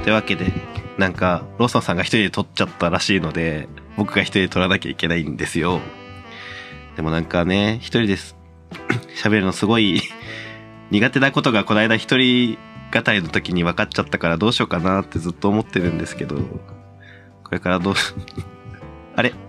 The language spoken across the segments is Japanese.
というわけで、なんか、ローソンさんが一人で撮っちゃったらしいので、僕が一人で撮らなきゃいけないんですよ。でもなんかね、一人です。喋るのすごい苦手なことがこの間一人語りの時に分かっちゃったからどうしようかなってずっと思ってるんですけど、これからどうあれ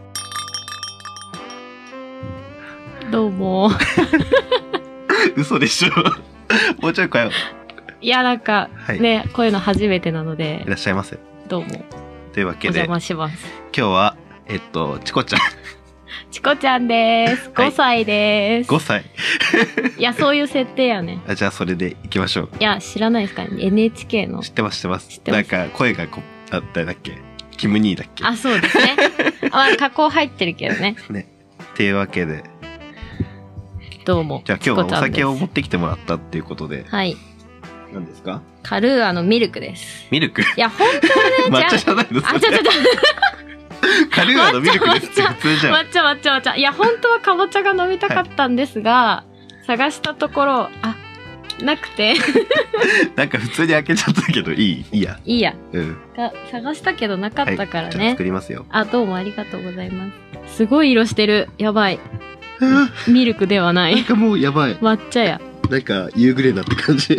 どうも。 嘘でしょもうちょい声を。 いや、なんか、 はい、 ね、こういうの初めてなので。 いらっしゃいませ。 どうも。 というわけで、 お邪魔します。 今日は、チコちゃん。 チコちゃんです。5歳です。 5歳いや、そういう設定やね。 じゃあそれで行きましょう。 いや、知らないですかね。NHK の。 知ってます。なんか、声があっただっけキム兄だっけ。 あ、そうですね。まあ、加工入ってるけどね。 ね。っていうわけで。 どうも。 じゃあ今日はお酒を持ってきてもらったっていうことで。 はい。 何ですか？ カルーアのミルクです。 ミルク？いや、本当はね、 抹茶じゃないの？ あ、 カルーアのミルクですって普通じゃん。 抹茶。いや、本当はかぼちゃが飲みたかったんですが、はい、探したところ、なくて。 なんか普通に開けちゃったけど、いいや。 いいや。 うん。 探したけどなかったからね。 じゃあ作りますよ。 どうもありがとうございます。すごい色してる。やばい。ミルクではない。 なんかもうやばい。 抹茶や。 なんか夕暮れなって感じ。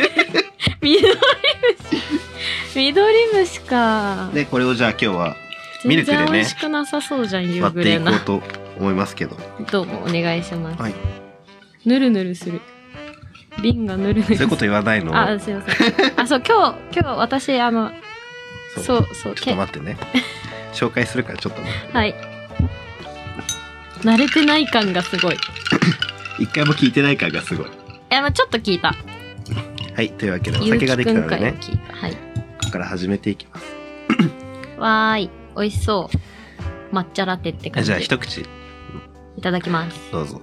緑虫か。 で、これをじゃあ今日はミルクでね。 全然美味しくなさそうじゃん、夕暮れな。 割っていこうと思いますけど。 どうもお願いします。 はい。 ぬるぬるする。瓶がぬるぬるする。 そういうこと言わないの？ すいません。そう、今日私、そう。 ちょっと待ってね。紹介するからちょっと待って。 はい。慣れてない感がすごい。 一回も聞いてない感がすごい。 ちょっと聞いた。 はい、というわけでお酒ができたのでね。 はい。 ここから始めていきます。 わーい、美味しそう。抹茶ラテって感じ。 じゃあ一口。 いただきます。 どうぞ。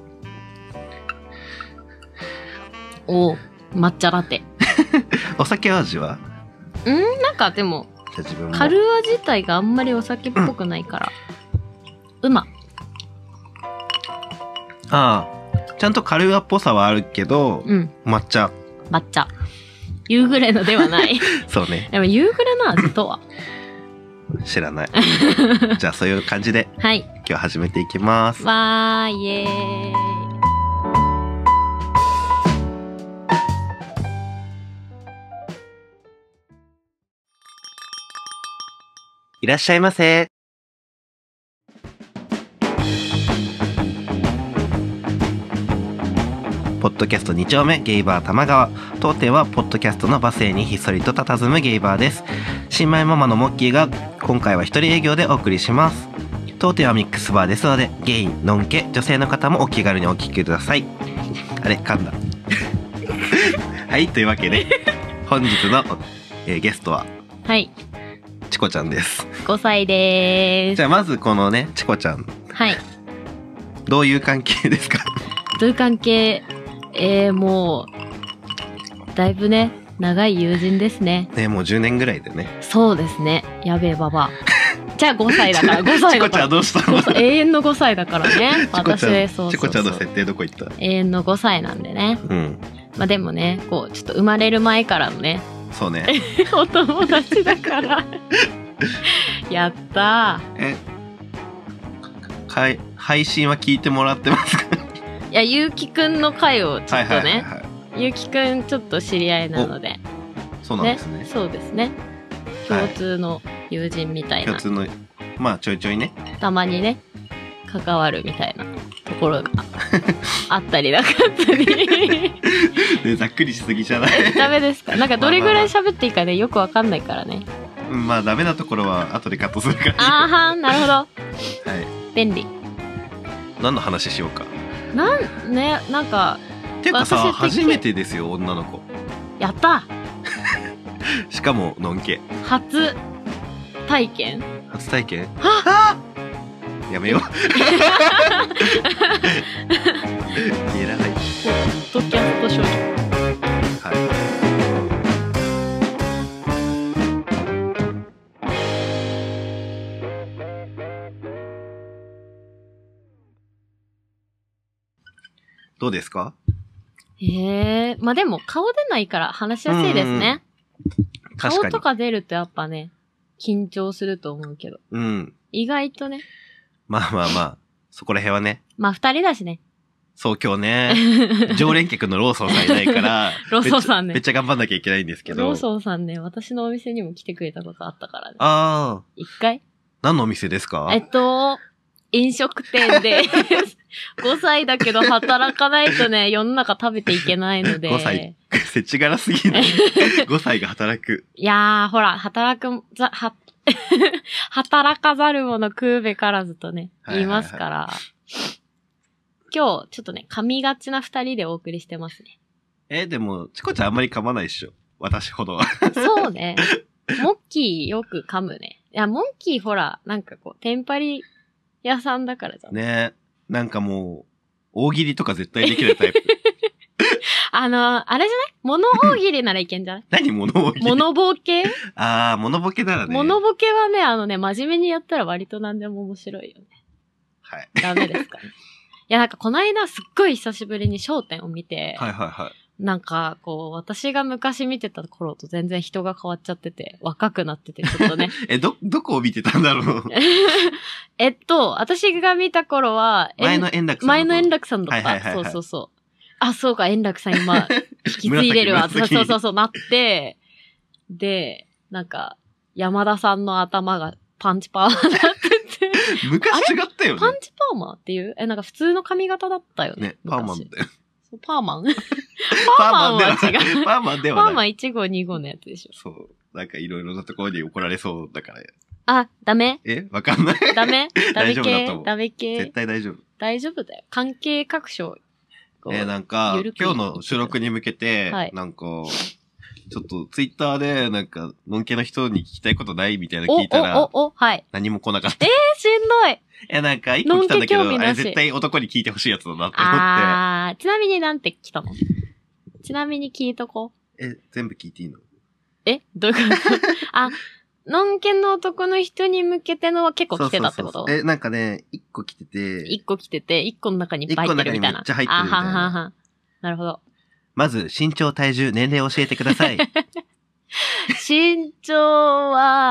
抹茶ラテ。 お酒味は？ なんかでも、カルーア自体があんまりお酒っぽくないから。 ちゃんとカルーアっぽさはあるけど、抹茶。 夕暮れのではない。 そうね。 でも夕暮れの味とは知らない。じゃあそういう感じで、 はい。 今日始めていきます。 わーイエーイ。 いらっしゃいませ。ポッドキャスト2丁目ゲイバー玉川。当店はポッドキャストの罵声にひっそりと佇むゲイバーです。新米ママのモッキーが今回は一人営業でお送りします。当店はミックスバーですので、ゲイ、ノンケ、女性の方もお気軽にお聞きください。あれ噛んだ。はい、というわけで本日の、ゲストはチコちゃんです。 5歳でーす。 じゃあまずこのね、チコちゃん、どういう関係ですか？ どういう関係？もうだいぶね、長い友人ですね。 もう10年ぐらいでね。 そうですね。やべえババア。じゃあ5歳だから。5歳だから。 チコちゃんどうしたの？ 永遠の5歳だからね。私そう。 チコちゃんの設定どこ行った？ 永遠の5歳なんでね。でもね、ちょっと生まれる前からのね。 そうね。 お友達だから。やったー。配信は聞いてもらってますか？ いや、ゆうきくんの回をちょっとね、ゆうきくんちょっと知り合いなので。 そうなんですね。 そうですね。共通の友人みたいな。 共通の、まあちょいちょいね。 たまにね、関わるみたいなところがあったりなかったり。 ざっくりしすぎじゃない？ ダメですか？なんかどれぐらい喋っていいかね、よくわかんないからね。 まあダメなところは後でカットするから。 なるほど。はい。便利。 何の話しようか。 なんか。 ていうかさ、初めてですよ、女の子。 やったしかも、のんけ。 初体験やめよう。いらない。 ポッドキャスト少女。 どうですか？ まあでも顔出ないから話しやすいですね。 確かに。 顔とか出るとやっぱね、緊張すると思うけど。 うん。 意外とね。 まあまあまあ、そこら辺はね。 まあ二人だしね。 そう今日ね、常連客のローソンさんいないから、 ローソンさんねめっちゃ頑張んなきゃいけないんですけど。 ローソンさんね、私のお店にも来てくれたことあったからね。 ああ。 一回何のお店ですか？ 飲食店で5歳だけど働かないとね、世の中食べていけないので。 5歳。せちがらすぎない。5歳が働く。 いやー、ほら、働かざる者食うべからずとね、言いますから。今日、ちょっとね、噛みがちな二人でお送りしてますね。 でも、チコちゃんあんまり噛まないっしょ。私ほどは。 そうね。モッキーよく噛むね。いや、モッキーほら、なんかこう、テンパリ屋さんだからじゃん。 ね。なんかもう、大喜利とか絶対できるタイプ。 あれじゃない物大喜利ならいけんじゃない何物大喜利？ 物ボケ物ボケならね。 物ボケはね、真面目にやったら割と何でも面白いよね。 はい。 ダメですかね。いや、なんかこの間すっごい久しぶりに笑点を見て、 はいはいはい。 なんか、こう、私が昔見てた頃と全然人が変わっちゃってて、若くなってて、ちょっとね。 どこを見てたんだろう。 私が見た頃は、 前の円楽さん。 前の円楽さんだった。 はいはいはいはい、 そうそうそう。あ、そうか、円楽さん今、引き継いでるわ。そう、なって、で、なんか、山田さんの頭がパンチパーマになってて。 昔違ったよね。 パンチパーマっていうなんか普通の髪型だったよね。 ね、パーマンだよ。 パーマンパーマンは違う。 パーマンではない。 パーマン1号2号のやつでしょ。 そう。なんかいろいろなところに怒られそうだから。 あ、ダメ？ わかんない。 ダメ大丈夫だと思う。 ダメ系絶対大丈夫。 大丈夫だよ。関係各所。 なんか、今日の収録に向けて、はい、なんか、ちょっとツイッターで、なんか、のんけの人に聞きたいことないみたいなの聞いたら、 はい。 何も来なかった。 しんどい。 なんか、一個来たんだけど、あれ絶対男に聞いてほしいやつだなって思って。 ちなみになんて来たの？ちなみに聞いとこう。 全部聞いていいの？ どういうことのんけの男の人に向けてのは結構来てたってこと？ そうなんかね、1個来てて、 1個の中にいっぱい入ってるみたいな。 1個の中にめっちゃ入ってるみたいな。 なるほど。 まず、身長、体重、年齢を教えてください。 身長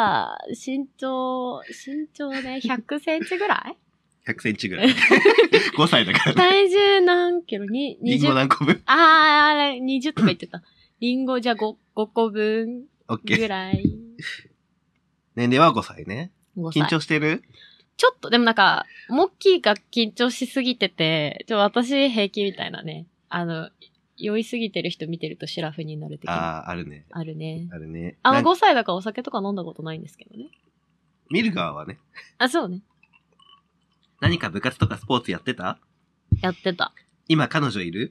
ね、100センチぐらい ?100 センチぐらい。5歳だから。 体重何キロリンゴ何個分 20とか言ってた。リンゴじゃ5個分ぐらい。 年齢は5歳ね。緊張してる？ ちょっと、でもなんか、モッキーが緊張しすぎてて、私平気みたいなね。酔いすぎてる人見てるとシラフになる的な。 あるね。 あるね。 5 歳だからお酒とか飲んだことないんですけどね。 見る側はね。 そうね。 何か部活とかスポーツやってた？ やってた。 今彼女いる？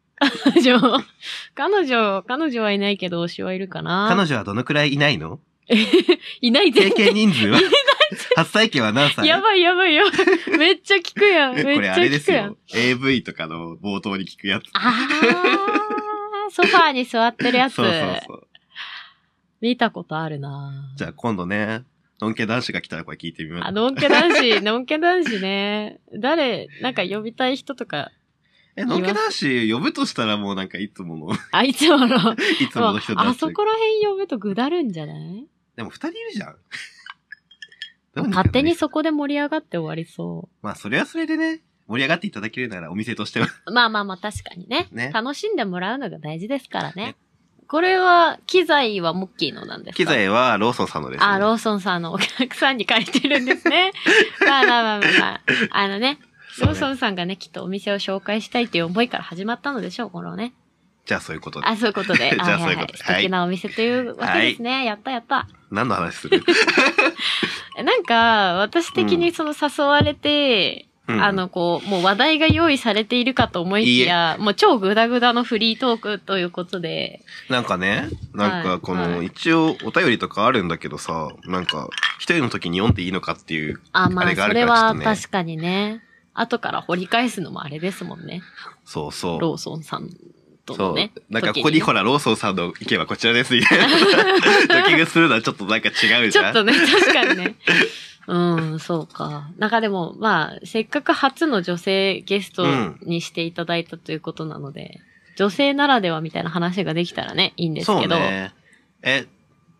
彼女はいないけど推しはいるかな。 彼女はどのくらいいないの？ いない経験人数は初体験は何歳？ やばい。めっちゃ聞くやん。 これあれですよ。AV とかの冒頭に聞くやつ。 ソファーに座ってるやつ。 そう。 見たことあるな。 じゃあ今度ね、のんけ男子が来たらこれ聞いてみます。 のんけ男子ね。なんか呼びたい人とか。 のんけ男子呼ぶとしたらもうなんかいつもの。 いつもの人だ。 あそこら辺呼ぶとぐだるんじゃない？ でも2人いるじゃん。 勝手にそこで盛り上がって終わりそう。 まあそれはそれでね、盛り上がっていただけるならお店としては。 まあ確かにね。楽しんでもらうのが大事ですからね。これは、機材はモッキーのなんですか？ 機材はローソンさんのですね。 ローソンさんのお客さんに借りてるんですね。まあ。ローソンさんがね、きっとお店を紹介したいという思いから始まったのでしょう、このね。 じゃあそういうことで。 そういうことで。 じゃあそういうことで。 素敵なお店というわけですね。やった。 何の話する？ なんか、私的に誘われて、もう話題が用意されているかと思いきや、もう超グダグダのフリートークということで。 なんかね、一応お便りとかあるんだけどさ、なんか、一人の時に読んでいいのかっていう、あれがあるからちょっとね。 それは確かにね。後から掘り返すのもあれですもんね。 そう。 ローソンさんとのね。 なんかここにほら、ローソンさんの意見はこちらですみたいな。ドッキングするのはちょっとなんか違うじゃん。 ちょっとね、確かにね。そうか。なんかでも、せっかく初の女性ゲストにしていただいたということなので、女性ならではみたいな話ができたらね、いいんですけど。 そうね。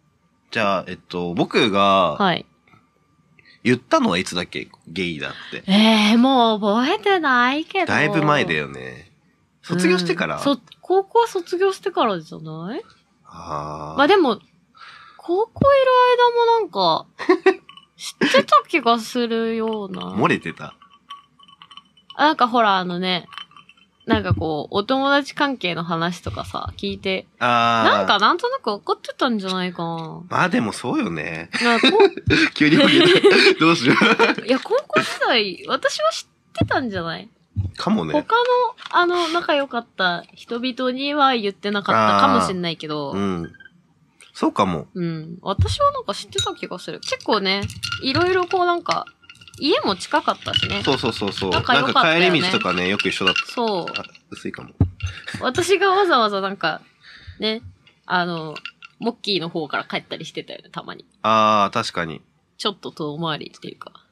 じゃあ、僕が、 はい。 言ったのはいつだっけゲイだって。 もう覚えてないけど。 だいぶ前だよね。卒業してから、 高校卒業してからじゃない？ ああ。 まあでも、高校いる間もなんか、知ってた気がするような。 漏れてた。 なんかほらなんかこう、お友達関係の話とかさ、聞いて、なんとなく分かってたんじゃないかな。 まあでもそうよね。 なんか急にどうしよう。 いや、高校時代、私は知ってたんじゃないかもね。 他の、仲良かった人々には言ってなかったかもしんないけど。 うん。そうかも。 うん。私はなんか知ってた気がする。結構ね、いろいろこうなんか、家も近かったしね。 そう。 仲良かったよね。 なんか帰り道とかね、よく一緒だった。 そう。 薄いかも。 私がわざわざなんか、ね、モッキーの方から帰ったりしてたよね、たまに。 ああ、確かに。 ちょっと遠回りっていうか。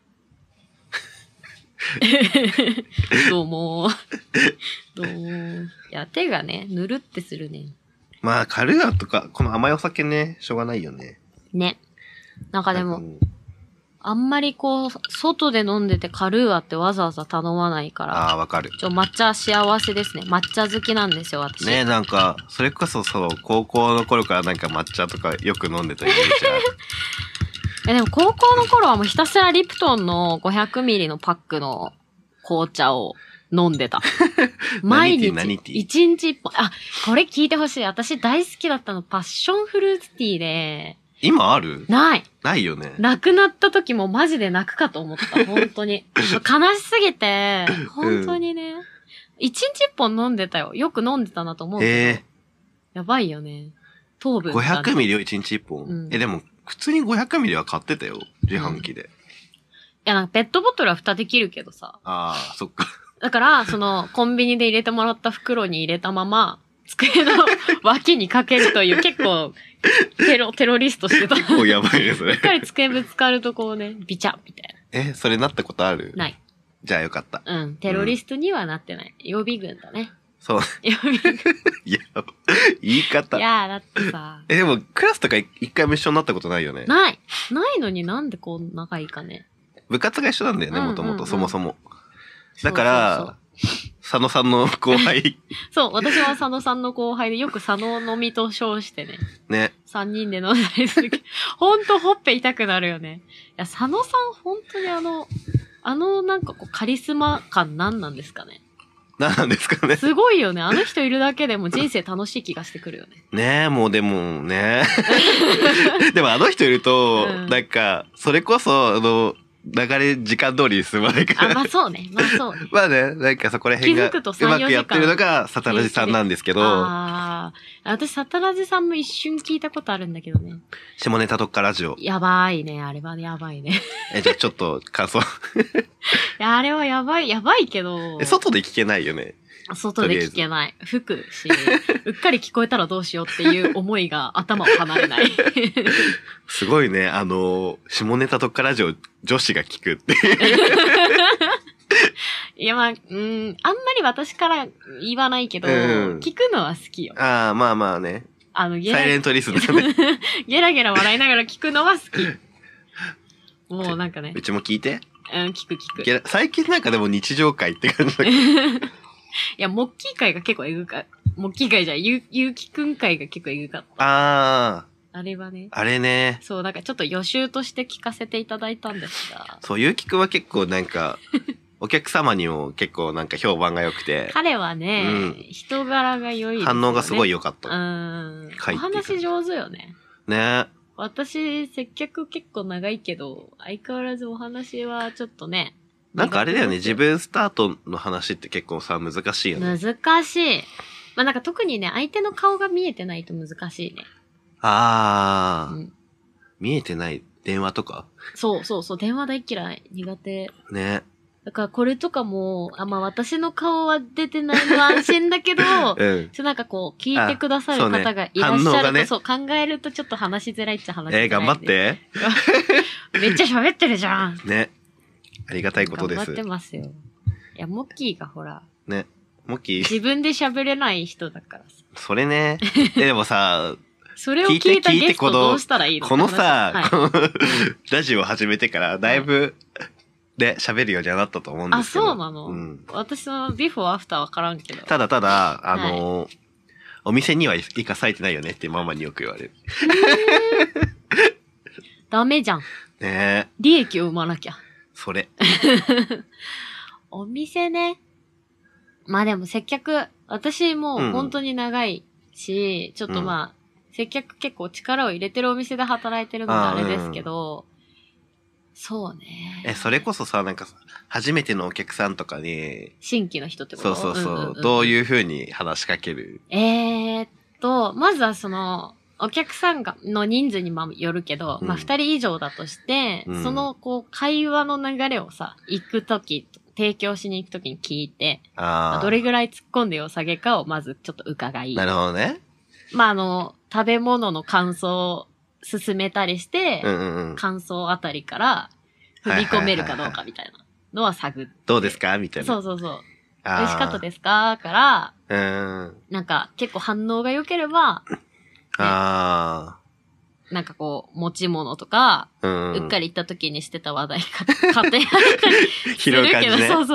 どうも。いや、手がね、ぬるってするね。 まあ、カルーアとか、この甘いお酒ね、しょうがないよね。 ね。なんかでも、あんまりこう、外で飲んでてカルーアってわざわざ頼まないから。 ああ、わかる。 抹茶幸せですね。抹茶好きなんですよ、私。 ね、なんか、それこそ高校の頃からなんか抹茶とかよく飲んでたイメージある。 でも高校の頃はもうひたすらリプトンの500ミリのパックの紅茶を飲んでた。毎日。一日一本。あ、これ聞いてほしい。私大好きだったのパッションフルーツティーで。 今ある？ないよね。 亡くなった時もマジで泣くかと思った。本当に。悲しすぎて、本当にね。一日一本飲んでたよ。よく飲んでたなと思うけど。やばいよね。糖分、ね。 500ミリを一日一本、でも、普通に500ミリは買ってたよ。自販機で。いや、なんかペットボトルは蓋できるけどさ。 ああ、そっか。 だから、コンビニで入れてもらった袋に入れたまま、机の脇にかけるという結構、テロリストしてた。 結構やばいですね。 しっかり机ぶつかるとこうね、ビチャみたいな。それなったことある？ ない。 じゃあよかった。 うん。テロリストにはなってない。予備軍だね。 そう。 予備軍。 いや、言い方。 いやだってさ。 でも、クラスとか一回も一緒になったことないよね。 ないのになんでこう仲いいかね。 部活が一緒なんだよね、もともと、そもそも。だから、佐野さんの後輩。 そう、私は佐野さんの後輩でよく佐野飲みと称してね。 ね。 3人で飲んだりするけど、ほんとほっぺ痛くなるよね。いや、佐野さんほんとになんかこうカリスマ感何なんですかね。 何なんですかね。 すごいよね。あの人いるだけでも人生楽しい気がしてくるよね。 ねえ、もうでもね。でもあの人いると、なんか、それこそ、流れ時間通りに進まないから。 まあそうね。 まあね、なんかそこら辺がうまくやってるのがサタラジさんなんですけど。 私サタラジさんも一瞬聞いたことあるんだけどね。 下ネタ特化ラジオ。 やばいね、あれはやばいね。 じゃあちょっと感想。いや、あれはやばいけど。 外で聞けないよね。 外で聞けない。吹くし、うっかり聞こえたらどうしようっていう思いが頭を離れない。 すごいね、下ネタ特化ラジオ女子が聞くって。 いや、まあ、あんまり私から言わないけど、聞くのは好きよ。 ああ、まあまあね。 サイレントリスナーね。 ゲラゲラ笑いながら聞くのは好き。もうなんかね。 うちも聞いて。 聞く。 最近なんかでも日常会って感じだけど。 いや、モッキー会が結構えぐかった。モッキー会じゃん。ゆうきくん会が結構えぐかった。あれはね。 あれね。 そう、なんかちょっと予習として聞かせていただいたんですが。 そう、ゆうきくんは結構なんか、お客様にも結構なんか評判が良くて。 彼はね、人柄が良いですよね。 反応がすごい良かった。 お話上手よね。 ね。 私、接客結構長いけど、相変わらずお話はちょっとね。 なんかあれだよね、自分スタートの話って結構さ、難しいよね。 難しい。まあなんか特にね、相手の顔が見えてないと難しいね。 見えてない電話とか？ そう、電話大嫌い。苦手。 ね。 だからこれとかも、まあ私の顔は出てないのは安心だけど、なんかこう、聞いてくださる方がいらっしゃると、考えるとちょっと話しづらいっちゃ話しづらい。 頑張って。 めっちゃ喋ってるじゃん。 ね。ありがたいことです。 頑張ってますよ。いや、モッキーがほら。 ね。モッキー。 自分で喋れない人だからさ。 それね。でもさ、 それを聞いたゲストどうしたらいいのこのさ、 はい、 このラジオを始めてからだいぶ、で喋るようにはなったと思うんですけど。 あ、そうなの、私のビフォーアフターわからんけど。 ただ、お店には生かされてないよねってママによく言われる。 ダメじゃん。 ねえ。 利益を生まなきゃ。 それ。 お店ね。まあでも接客、私もう本当に長いし、ちょっとまあ、接客結構力を入れてるお店で働いてるのであれですけど、そうね。 それこそさ、なんか、初めてのお客さんとかに、 新規の人ってこと？ そう、どういう風に話しかける？ まずはお客さんの人数によるけど、まあ、2人以上だとして、その、会話の流れをさ、提供しに行くときに聞いて、どれぐらい突っ込んで良さげかをまずちょっと伺い。 なるほどね。 まあ、食べ物の感想を進めたりして、感想あたりから踏み込めるかどうかみたいなのは探って。 どうですかみたいな。 そう。美味しかったですかから、なんか結構反応が良ければ、なんか持ち物とか、うっかり行った時にしてた話題か、家庭拾う感じね。 そう。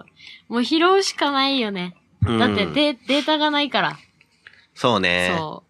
もう拾うしかないよね。だってデータがないから。 そうね。 そう。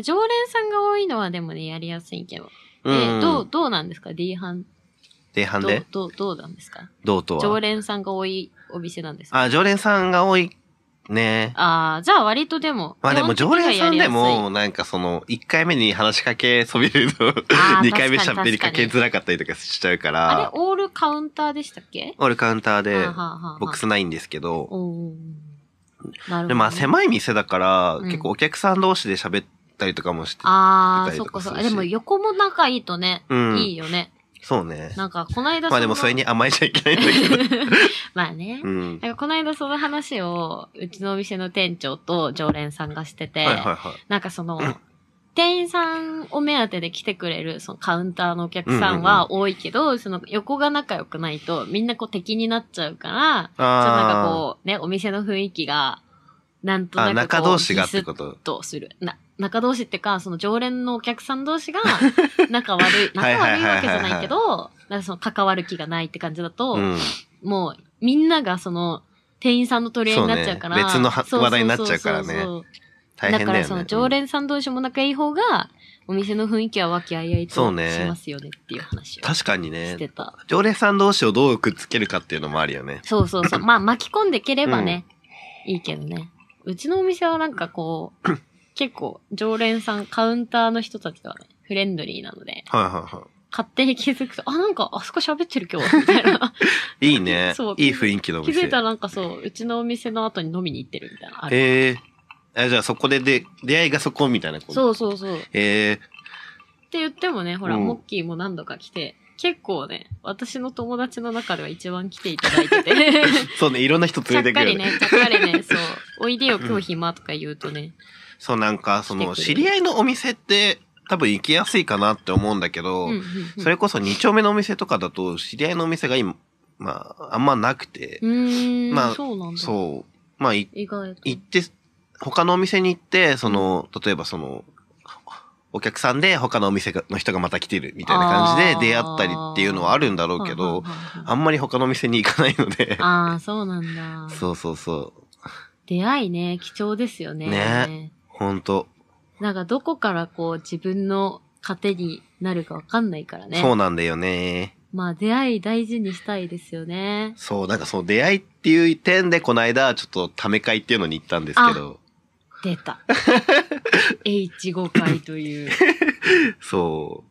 常連さんが多いのはでもね、やりやすいけど。どうなんですか ?D 班。 D 班でどうなんですか？ どうとは。 常連さんが多いお店なんですか？ 常連さんが多いね。 じゃあ割とでも。 まあでも常連さんでも、なんか1回目に話しかけそびれると、2回目喋りかけづらかったりとかしちゃうから。 あれ、オールカウンターでしたっけ？ オールカウンターで、ボックスないんですけど。 なるほど、ね。 で、まあ狭い店だから、結構お客さん同士で喋ったりとかもして。 そっか。でも横も仲いいとね、いいよね。 そうね。 なんか、この間まあでもそれに甘えちゃいけないんだけど。 まあね。なんかこの間その話を、うちのお店の店長と常連さんがしてて、なんか店員さんを目当てで来てくれる、カウンターのお客さんは多いけど、横が仲良くないと、みんな敵になっちゃうから、なんかお店の雰囲気が、なんとなく仲同士がってこと？ とする。仲同士ってか、常連のお客さん同士が、仲悪いわけじゃないけど、なんか関わる気がないって感じだと、もう、みんなが店員さんの取り合いになっちゃうから。 別の話題になっちゃうからね。大変だよね。 だから常連さん同士も仲いい方が、お店の雰囲気は和気あいあいとしますよねっていう話を確かにね。 してた。 常連さん同士をどうくっつけるかっていうのもあるよね。 そう。まあ巻き込んでいければね、いいけどね。うちのお店はなんか結構常連さん、カウンターの人たちがね、フレンドリーなので。勝手に気づくと、なんか、あそこ喋ってる今日、みたいな。 いいね。いい雰囲気のお店。 気づいたらなんかうちのお店の後に飲みに行ってるみたいな。 じゃあそこで出会いがそこみたいなこと？ そう。って言ってもね、ほら、モッキーも何度か来て、結構ね、私の友達の中では一番来ていただいてて。 そうね、いろんな人連れてくるよね。 ちゃっかりね、そう。おいでよ、今日暇とか言うとね。 そう、なんか、知り合いのお店って、多分行きやすいかなって思うんだけど、それこそ2丁目のお店とかだと、知り合いのお店が今、まあ、あんまなくて。 まあ、そうなんだ。 そう。まあ、 意外と行って、他のお店に行って、例えばお客さんで他のお店の人がまた来てるみたいな感じで出会ったりっていうのはあるんだろうけど、あんまり他のお店に行かないので。 そうなんだ。 そう。 出会いね、貴重ですよね。 ね。ほんと。 なんかどこから自分の糧になるかわかんないからね。 そうなんだよね。 まあ出会い大事にしたいですよね。 そう、なんか出会いっていう点でこの間ちょっとため会っていうのに行ったんですけど。 出た。H5 会という。 そう。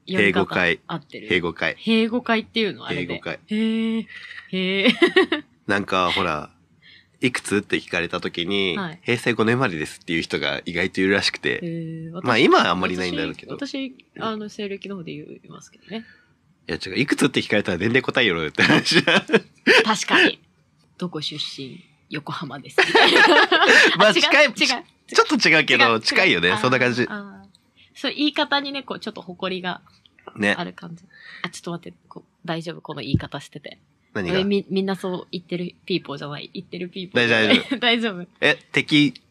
平語会。 合ってる。 平語会。 平語会っていうのあれで。 平語会。 へえ。 なんかほら、いくつって聞かれた時に、平成5年までですっていう人が意外といるらしくて。まあ今はあんまりないんだろうけど。 私、西暦の方で言いますけどね。 いや違う、いくつって聞かれたら年齢答えろよって話だ。 確かに。どこ出身？横浜です。 まあ近い。ちょっと違うけど、近いよね。そんな感じ。 そう、言い方にね、ちょっと誇りがある感じ。ちょっと待って、大丈夫、この言い方してて。 何がみんなそう言ってるピーポーじゃない。言ってるピーポー。 大丈夫。 大丈夫。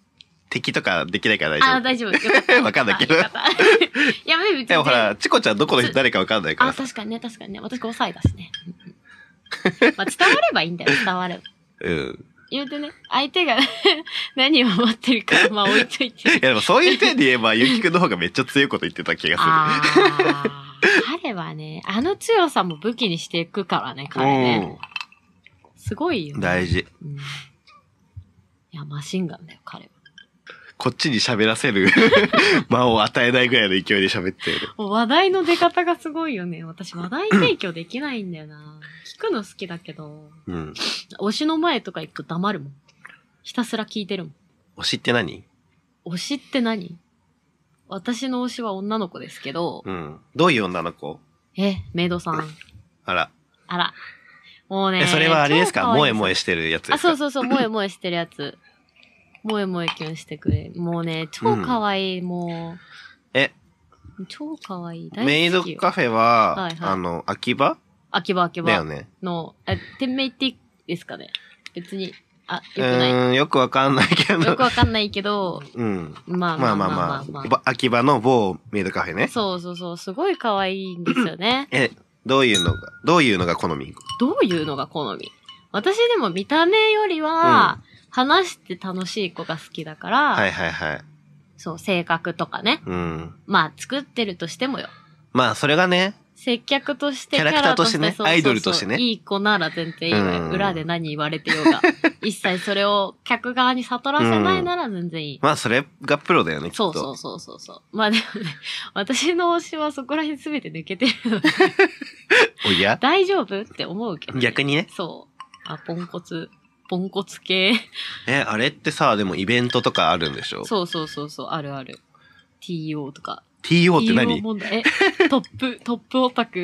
敵とかできないから大丈夫。 あ、大丈夫。よかった。 わかんないけど。 よかったいや、 でもほら、チコちゃんどこの人誰かわかんないからあ、 さ。 確かにね、確かにね。私5歳だしね。まあ、伝わればいいんだよ、伝われば。 うん。 言うてね、相手が何を待ってるか、まあ置いといて。 いやでもそういう点で言えば、ゆきくんの方がめっちゃ強いこと言ってた気がする。 ああ、彼はね、あの強さも武器にしていくからね、彼ね。すごいよね。 大事。 うん。いや、マシンガンだよ、彼は。 こっちに喋らせる間を与えないぐらいの勢いで喋ってる。 もう話題の出方がすごいよね。私話題提供できないんだよな。聞くの好きだけど、 うん。 推しの前とか行くと黙るもん。ひたすら聞いてるもん。 推しって何？ 推しって何？私の推しは女の子ですけど、 うん。どういう女の子？ メイドさん。 あら。 あら。もうね。 それはあれですか？萌ええ。 萌えしてるやつですか？ あ、そうそうそう、萌え萌えしてるやつ。萌え萌えキュンしてくれ。もうね、超可愛い、もう。超可愛い。大好きよ。 メイドカフェは、 はいはい、 秋葉だよね。 の、店名ってですかね。別に、よくない。 よくわかんないけど。 よくわかんないけど、 うん。 まあ。 秋葉の某メイドカフェね。 そうそうそう、すごい可愛いんですよね。 どういうのが好み？ どういうのが好み？私でも見た目よりは、話して楽しい子が好きだから、 はいはいはい。 そう、性格とかね。 うん。 まあ、作ってるとしてもよ。 まあ、それがね。 接客として、 キャラクターとしてね、アイドルとしてね。 いい子なら全然いいわよ。裏で何言われてようが。一切それを客側に悟らせないなら全然いい。 まあ、それがプロだよね、きっと。 そう。まあでもね、私の推しはそこら辺すべて抜けてるので。 おや？ 大丈夫って思うけど、ね。 逆にね。 そう。ポンコツ系。 あれってさ、でもイベントとかあるんでしょ？ そう、あるある。TO とか。 TO って何？ TO 問題。トップオタク。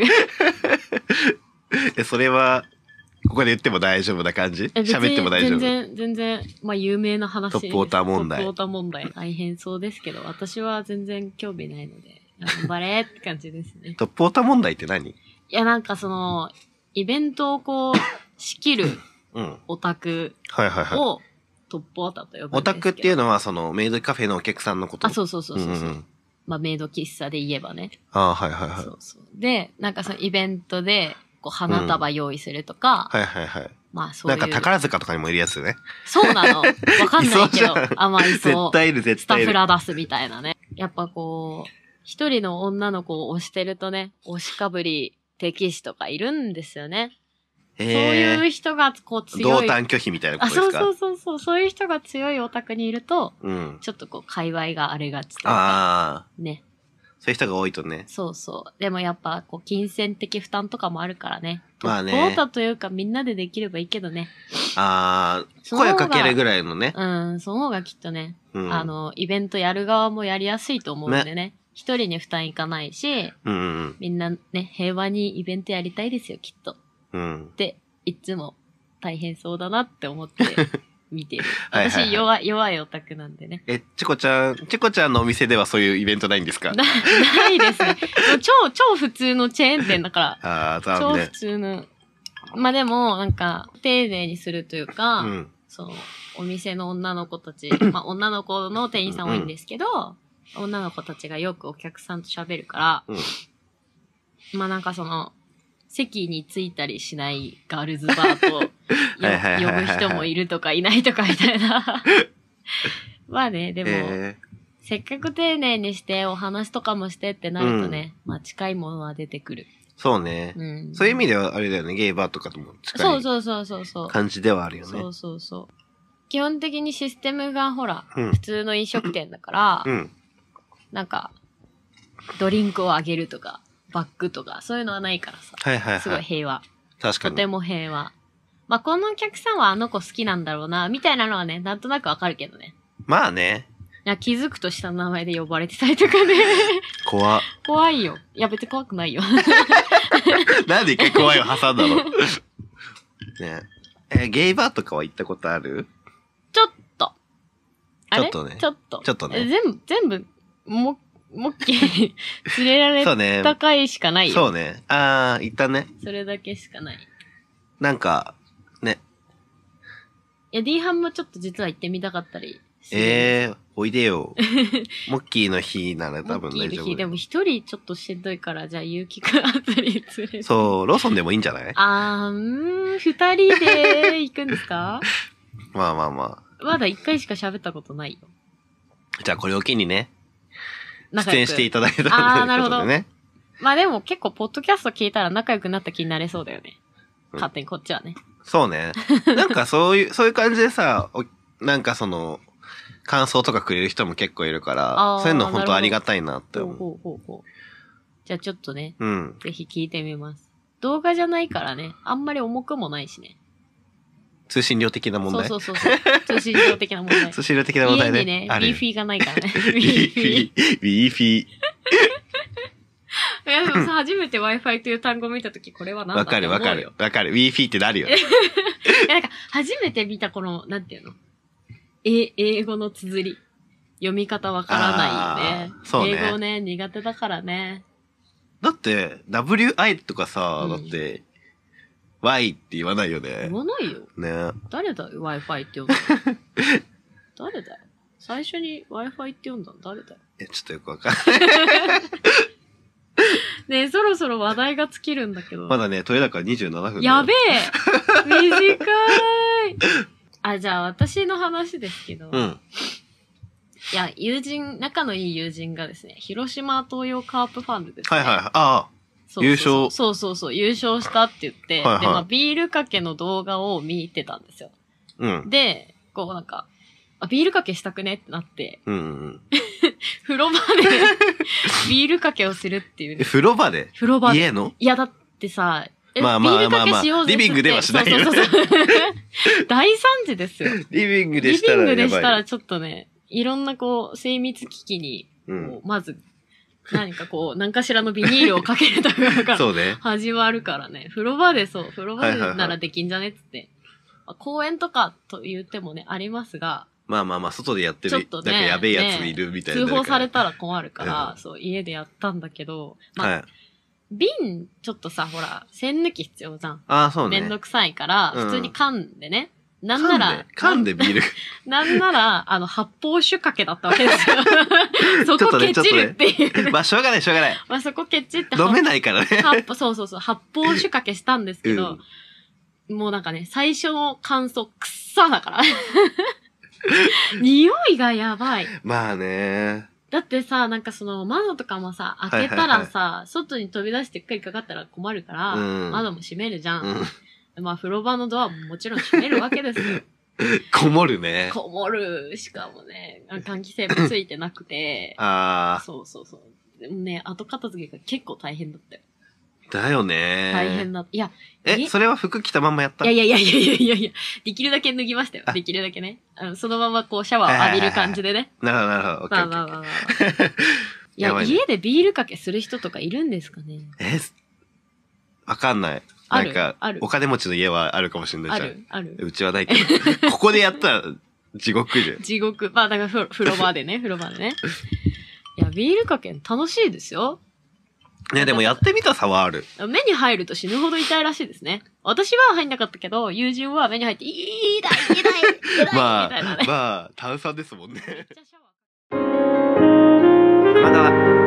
それは、ここで言っても大丈夫な感じ？喋っても大丈夫？ 全然、まあ有名な話。 トップオタ問題。 トップオタ問題。大変そうですけど、私は全然興味ないので、頑張れって感じですね。 トップオタ問題って何？ いや、なんかイベントをこう、仕切るオタクをトップオタと呼ぶんですけど。 オタクっていうのはメイドカフェのお客さんのこと？ そう。まあメイド喫茶で言えばね。 はい。 そう。で、なんかイベントで、こう花束用意するとか。 はい。 まあそういう。 なんか宝塚とかにもいるやつね。 そうなの。わかんないけど。まあいそう。 絶対いる。 スタフラ出すみたいなね。やっぱこう、一人の女の子を推してるとね、推しかぶり敵視とかいるんですよね。そういう人がこう強い。 同担拒否みたいなことですか？ そう。そういう人が強いオタクにいると、ちょっとこう、界隈が荒れがちというか。ね。 そういう人が多いとね。 そう。でもやっぱ、こう、金銭的負担とかもあるからね。 まあね。 トップオタというかみんなでできればいいけどね。 声かけるぐらいのね。 その方がきっとね、イベントやる側もやりやすいと思うんでね。一人に負担いかないし、みんなね、平和にイベントやりたいですよ、きっと。で、いつも大変そうだなって思って見てる。私弱いオタクなんでね。 チコちゃんのお店ではそういうイベントないんですか？ ないですね。超普通のチェーン店だから。超普通の。まあでも、なんか、丁寧にするというか、お店の女の子たち、まあ女の子の店員さん多いんですけど、女の子たちがよくお客さんと喋るから、まあなんか席に着いたりしないガールズバーと呼ぶ人もいるとかいないとかみたいな。まあね、でも、せっかく丁寧にしてお話とかもしてってなるとね、まあ近いものは出てくる。 そうね。そういう意味ではあれだよね、ゲイバーとかとも近い感じではあるよね。 そう。基本的にシステムがほら、普通の飲食店だから、なんか、ドリンクをあげるとか、バッグとか、そういうのはないからさ。すごい平和。 確かに。 とても平和。まあ、このお客さんはあの子好きなんだろうな、みたいなのはね、なんとなくわかるけどね。 まあね。 いや、気づくと下の名前で呼ばれてたりとかね。怖いよ。いや、別に怖くないよ。 なんで一回怖いを挟んだの？ね。ゲイバーとかは行ったことある？ ちょっと。 ちょっとね。 ちょっとね。 全部、モッキーに連れられた回しかないよ。 そうね。行ったね。 それだけしかない。 なんか、ね。 いや、D ハンもちょっと実は行ってみたかったりおいでよ。モッキーの日なら多分大丈夫。モッキーの日、 でも一人ちょっとしんどいから、じゃあ、ゆうきくんあたり連れて。 そう、ローソンでもいいんじゃない？ 二人で行くんですか？ まあ。 まだ一回しか喋ったことないよ。 じゃあこれを機にね、出演していただいたということでね。 なるほど。まあでも結構、ポッドキャスト聞いたら仲良くなった気になれそうだよね。勝手にこっちはね。 そうね。なんかそういう感じでさ、なんかその、感想とかくれる人も結構いるから、そういうの本当ありがたいなって思う。 ほう。じゃあちょっとね、 ぜひ聞いてみます。動画じゃないからね、あんまり重くもないしね。 通信料的な問題。 そう。通信料的な問題。 通信料的な問題ね。 家にね、Wi-Fi がないからね。 Wi-Fi。 いや、でもさ、初めて Wi-Fi という単語を見たとき、これは何だって思うよ。 わかる。Wi-Fi ってなるよ。いや、なんか、初めて見たこの、なんていうの？英語の綴り。読み方わからないよね。 そうね。 英語ね、苦手だからね。 だって、WI とかさ、だって、Y って言わないよね。 言わないよ。 ね。 誰だよ、Wi-Fi って呼んだの。誰だよ。最初に Wi-Fi って呼んだの誰だよ。 ちょっとよくわかんない。 ねえ、そろそろ話題が尽きるんだけど。 まだね、取れ高27分。 やべえ短いじゃあ私の話ですけど。いや、仲のいい友人がですね、広島東洋カープファンでですね。優勝。そう、優勝したって言って、で、ビールかけの動画を見てたんですよ。で、こうなんか、ビールかけしたくねってなって、風呂場でビールかけをするっていう、ね。 風呂場で家の？ いや、だってさ、ビールかけしようぜって。 リビングではしないよ。そう。 大惨事ですよ。 リビングでしたらちょっとね、いろんなこう、精密機器に、まず、何かしらのビニールをかけるところから始まるからね。風呂場でならできんじゃねっつって。公園とかと言ってもね、ありますが。 外でやってる。ちょっとね。なんかやべえやついるみたいな。 通報されたら困るから、そう、家でやったんだけど、瓶、ちょっとさ、ほら、栓抜き必要じゃん。 そうね。 めんどくさいから、普通に缶でね。なんなら、 缶でビール。 なんなら、発泡酒かけだったわけですよ。そこケチるっていう、 ね。しょうがない。 そこケチって。 飲めないからね。 そう。発泡酒かけしたんですけど、もうなんかね、最初の感想、くっさだから。匂いがやばい。 まあね。 だってさ、なんかその窓とかもさ、開けたらさ、外に飛び出してっかりかかったら困るから、窓も閉めるじゃん。風呂場のドアももちろん閉めるわけですよ。 こもるね。 こもる。しかもね、換気扇もついてなくて。そう。でもね、後片付けが結構大変だったよ。 だよね。 大変だった。いや。 それは服着たまんまやった？ いや。できるだけ脱ぎましたよ。できるだけね。そのままこうシャワーを浴びる感じでね。 なるほど。 まあ。いや、家でビールかけする人とかいるんですかね？ わかんない。なんか、お金持ちの家はあるかもしれないじゃん。 ある。 うちはないけど。ここでやったら地獄じゃん。 地獄。だから風呂場でね。いや、ビールかけ楽しいですよ。 ね、でもやってみたさはある。 目に入ると死ぬほど痛いらしいですね。私は入んなかったけど、友人は目に入って、痛いみたいなね。 炭酸ですもんね。 玉川